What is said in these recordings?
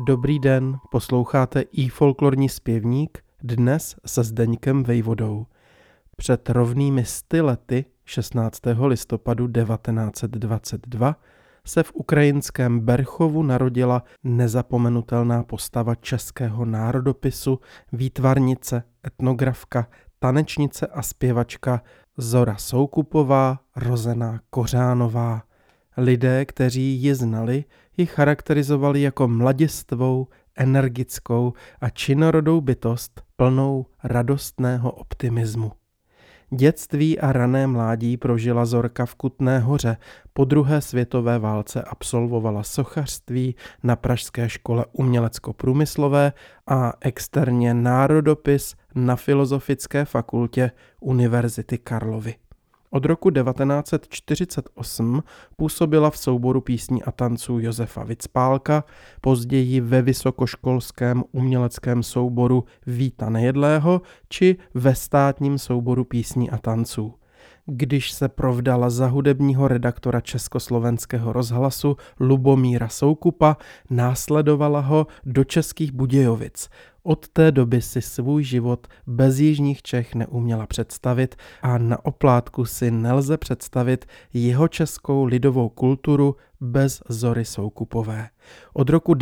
Dobrý den, posloucháte iFolklorní zpěvník, dnes se Zdeňkem Vejvodou. Před rovnými 100 lety, 16. listopadu 1922, se v ukrajinském Berchovu narodila nezapomenutelná postava českého národopisu, výtvarnice, etnografka, tanečnice a zpěvačka Zora Soukupová, rozená Kořánová. Lidé, kteří ji znali, ji charakterizovali jako mladistvou, energickou a činorodou bytost plnou radostného optimismu. Dětství a rané mládí prožila Zorka v Kutné Hoře, po druhé světové válce absolvovala sochařství na Pražské škole umělecko-průmyslové a externě národopis na Filozofické fakultě Univerzity Karlovy. Od roku 1948 působila v souboru písní a tanců Josefa Vicpálka, později ve vysokoškolském uměleckém souboru Víta Nejedlého či ve státním souboru písní a tanců. Když se provdala za hudebního redaktora Československého rozhlasu Lubomíra Soukupa, následovala ho do Českých Budějovic. Od té doby si svůj život bez jižních Čech neuměla představit a na oplátku si nelze představit jihočeskou lidovou kulturu bez Zory Soukupové. Od roku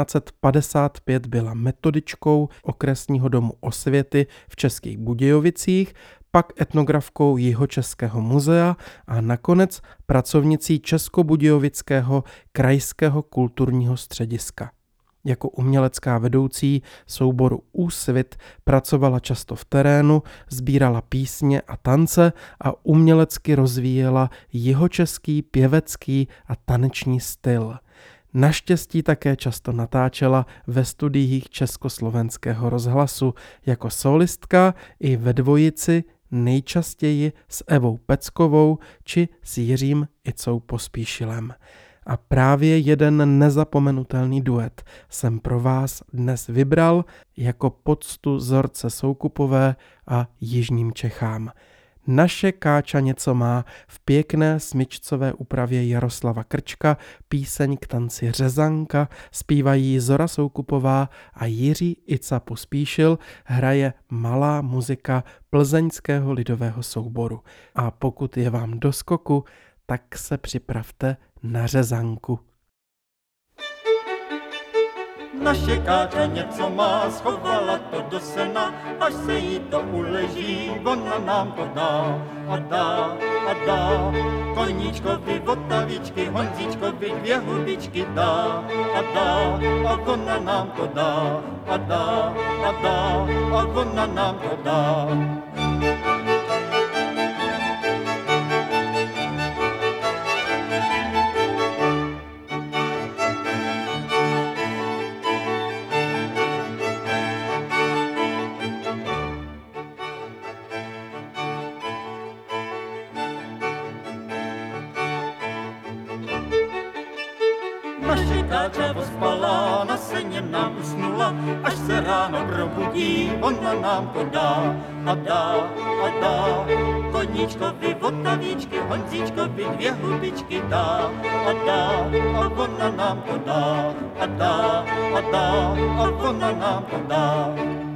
1955 byla metodičkou okresního domu osvěty v Českých Budějovicích, pak etnografkou Jihočeského muzea a nakonec pracovnicí Českobudějovického krajského kulturního střediska. Jako umělecká vedoucí souboru Úsvit pracovala často v terénu, sbírala písně a tance a umělecky rozvíjela jihočeský pěvecký a taneční styl. Naštěstí také často natáčela ve studiích Československého rozhlasu jako solistka i ve dvojici, nejčastěji s Evou Peckovou či s Jiřím Icou Pospíšilem. A právě jeden nezapomenutelný duet jsem pro vás dnes vybral jako poctu Zorce Soukupové a jižním Čechám. Naše Káča něco má v pěkné smyčcové úpravě Jaroslava Krčka, píseň k tanci Řezanka, zpívají Zora Soukupová a Jiří Ica Pospíšil, hraje malá muzika plzeňského lidového souboru. A pokud je vám do skoku, tak se připravte na řezanku. Naše Káča něco má, schovala to do sena, až se jí to uleží, ona nám to dá a dá a dá. Koníčkovi Votavičky, Honzíčkovi 2 hubičky dá a dá a ona nám to dá a dá a dá a ona nám to dá. Naše Káča pospala, na seně nám usnula, až se ráno probudí, ona nám to dá a dá a dá. Koníčkovi Votavíčky, Honzíčkovi 2 hubičky dá a dá a ona nám to dá a dá a dá a ona nám to dá.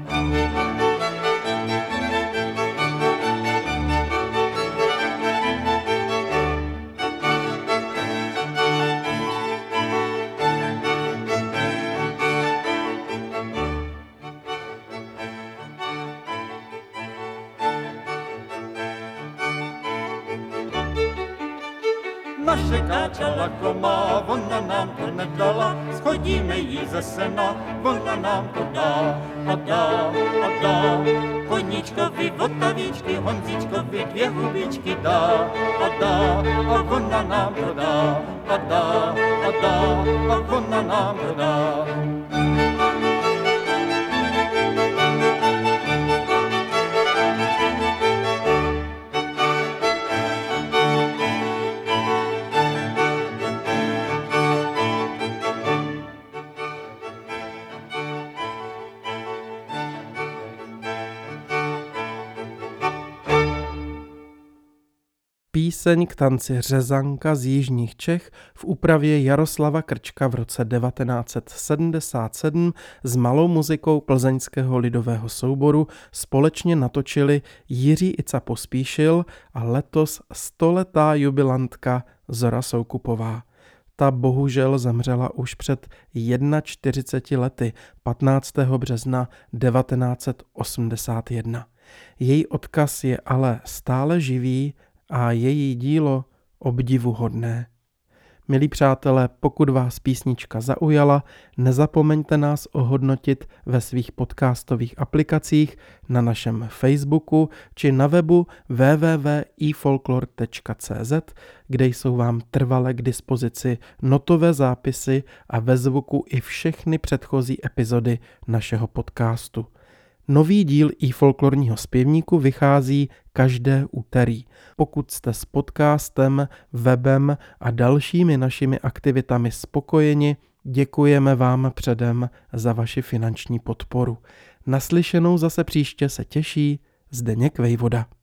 Naše Káča lakomá, ona nám to nedala, schodíme jí ze sena, ona nám to dá a dá a dá. Koníčkovi Votavíčky, Honzíčkovi 2 hubičky dá a dá a ona nám to dá a dá a dá a ona nám to dá. Píseň k tanci Řezanka z jižních Čech v úpravě Jaroslava Krčka v roce 1977 s malou muzikou Plzeňského lidového souboru společně natočili Jiří Ica Pospíšil a letos 100letá jubilantka Zora Soukupová. Ta bohužel zemřela už před 41 lety, 15. března 1981. Její odkaz je ale stále živý a její dílo obdivuhodné. Milí přátelé, pokud vás písnička zaujala, nezapomeňte nás ohodnotit ve svých podcastových aplikacích, na našem Facebooku či na webu www.ifolklor.cz, kde jsou vám trvale k dispozici notové zápisy a ve zvuku i všechny předchozí epizody našeho podcastu. Nový díl iFolklorního zpěvníku vychází každé úterý. Pokud jste s podcastem, webem a dalšími našimi aktivitami spokojeni, děkujeme vám předem za vaši finanční podporu. Naslyšenou zase příště se těší Zdeněk Vejvoda.